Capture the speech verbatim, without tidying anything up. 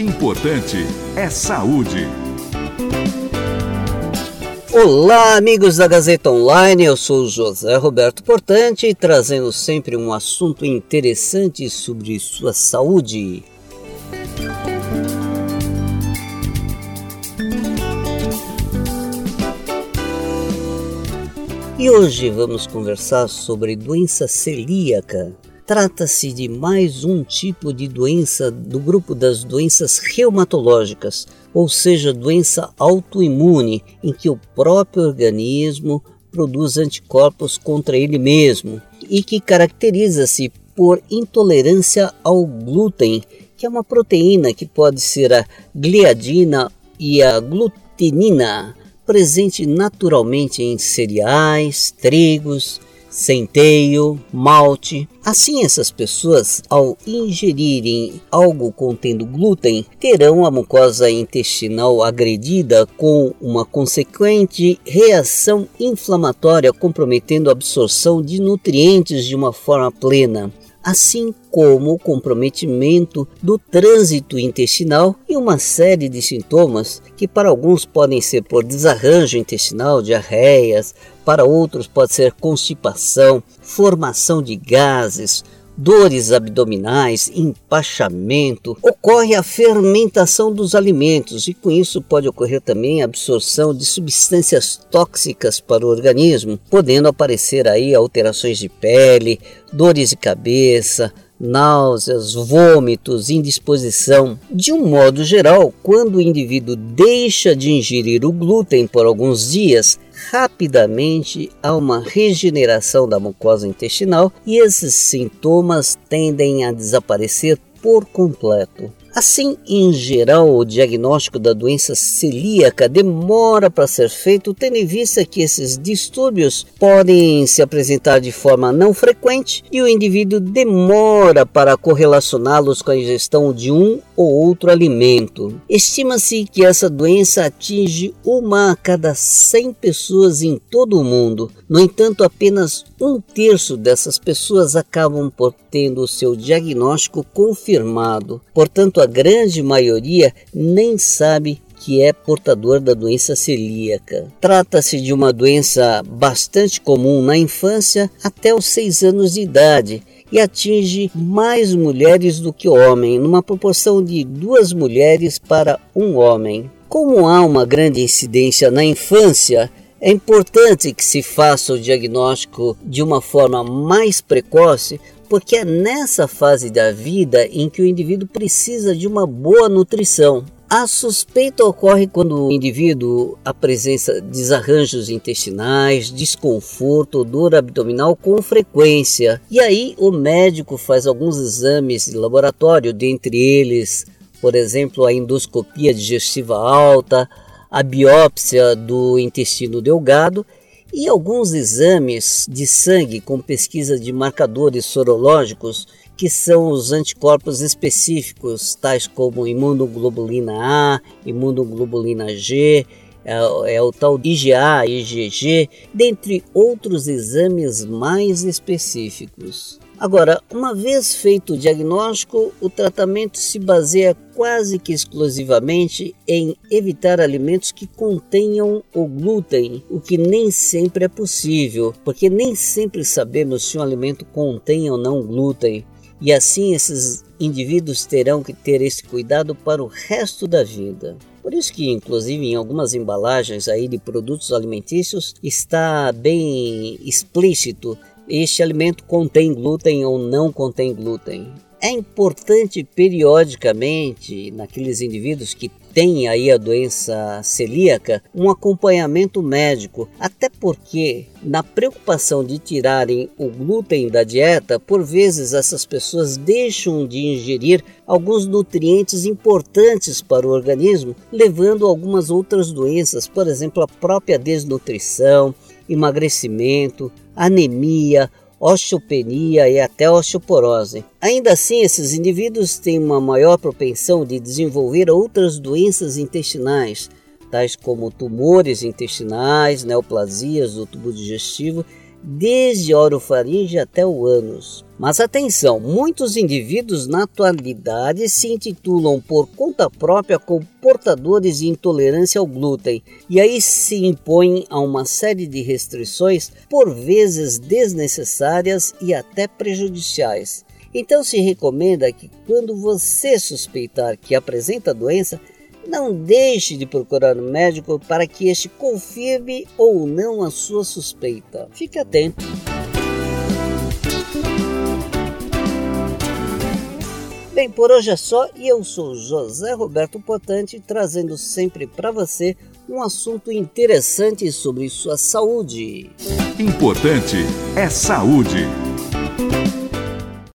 importante é saúde. Olá, amigos da Gazeta Online, eu sou José Roberto Portante, trazendo sempre um assunto interessante sobre sua saúde. E hoje vamos conversar sobre doença celíaca. Trata-se de mais um tipo de doença do grupo das doenças reumatológicas, ou seja, doença autoimune, em que o próprio organismo produz anticorpos contra ele mesmo e que caracteriza-se por intolerância ao glúten, que é uma proteína que pode ser a gliadina e a glutenina, presente naturalmente em cereais, trigos, centeio, malte. Assim, essas pessoas, ao ingerirem algo contendo glúten, terão a mucosa intestinal agredida com uma consequente reação inflamatória, comprometendo a absorção de nutrientes de uma forma plena, assim como o comprometimento do trânsito intestinal e uma série de sintomas que para alguns podem ser por desarranjo intestinal, diarreias, para outros pode ser constipação, formação de gases, dores abdominais, empachamento. Ocorre a fermentação dos alimentos e com isso pode ocorrer também a absorção de substâncias tóxicas para o organismo, podendo aparecer aí alterações de pele, dores de cabeça, náuseas, vômitos, indisposição. De um modo geral, quando o indivíduo deixa de ingerir o glúten por alguns dias, rapidamente há uma regeneração da mucosa intestinal e esses sintomas tendem a desaparecer por completo. Assim, em geral, o diagnóstico da doença celíaca demora para ser feito, tendo em vista que esses distúrbios podem se apresentar de forma não frequente e o indivíduo demora para correlacioná-los com a ingestão de um ou outro alimento. Estima-se que essa doença atinge uma a cada cem pessoas em todo o mundo. No entanto, apenas um terço dessas pessoas acabam por tendo o seu diagnóstico confirmado. Portanto, a grande maioria nem sabe que é portador da doença celíaca. Trata-se de uma doença bastante comum na infância até os seis anos de idade e atinge mais mulheres do que homens, numa proporção de duas mulheres para um homem. Como há uma grande incidência na infância, é importante que se faça o diagnóstico de uma forma mais precoce, porque é nessa fase da vida em que o indivíduo precisa de uma boa nutrição. A suspeita ocorre quando o indivíduo apresenta desarranjos intestinais, desconforto, dor abdominal com frequência. E aí o médico faz alguns exames de laboratório, dentre eles, por exemplo, a endoscopia digestiva alta, a biópsia do intestino delgado e alguns exames de sangue com pesquisa de marcadores sorológicos, que são os anticorpos específicos, tais como imunoglobulina A, imunoglobulina G, é, é o tal I G A, I G G, dentre outros exames mais específicos. Agora, uma vez feito o diagnóstico, o tratamento se baseia quase que exclusivamente em evitar alimentos que contenham o glúten, o que nem sempre é possível, porque nem sempre sabemos se um alimento contém ou não glúten, e assim esses indivíduos terão que ter esse cuidado para o resto da vida. Por isso que, inclusive, em algumas embalagens aí de produtos alimentícios está bem explícito: este alimento contém glúten ou não contém glúten. É importante periodicamente, naqueles indivíduos que têm aí a doença celíaca, um acompanhamento médico, até porque na preocupação de tirarem o glúten da dieta, por vezes essas pessoas deixam de ingerir alguns nutrientes importantes para o organismo, levando a algumas outras doenças, por exemplo, a própria desnutrição, emagrecimento, anemia, osteopenia e até osteoporose. Ainda assim, esses indivíduos têm uma maior propensão de desenvolver outras doenças intestinais, tais como tumores intestinais, neoplasias do tubo digestivo desde a orofaringe até o ânus. Mas atenção, muitos indivíduos na atualidade se intitulam por conta própria como portadores de intolerância ao glúten e aí se impõem a uma série de restrições, por vezes desnecessárias e até prejudiciais. Então se recomenda que quando você suspeitar que apresenta a doença, não deixe de procurar um médico para que este confirme ou não a sua suspeita. Fique atento. Bem, por hoje é só e eu sou José Roberto Potante, trazendo sempre para você um assunto interessante sobre sua saúde. Importante é saúde.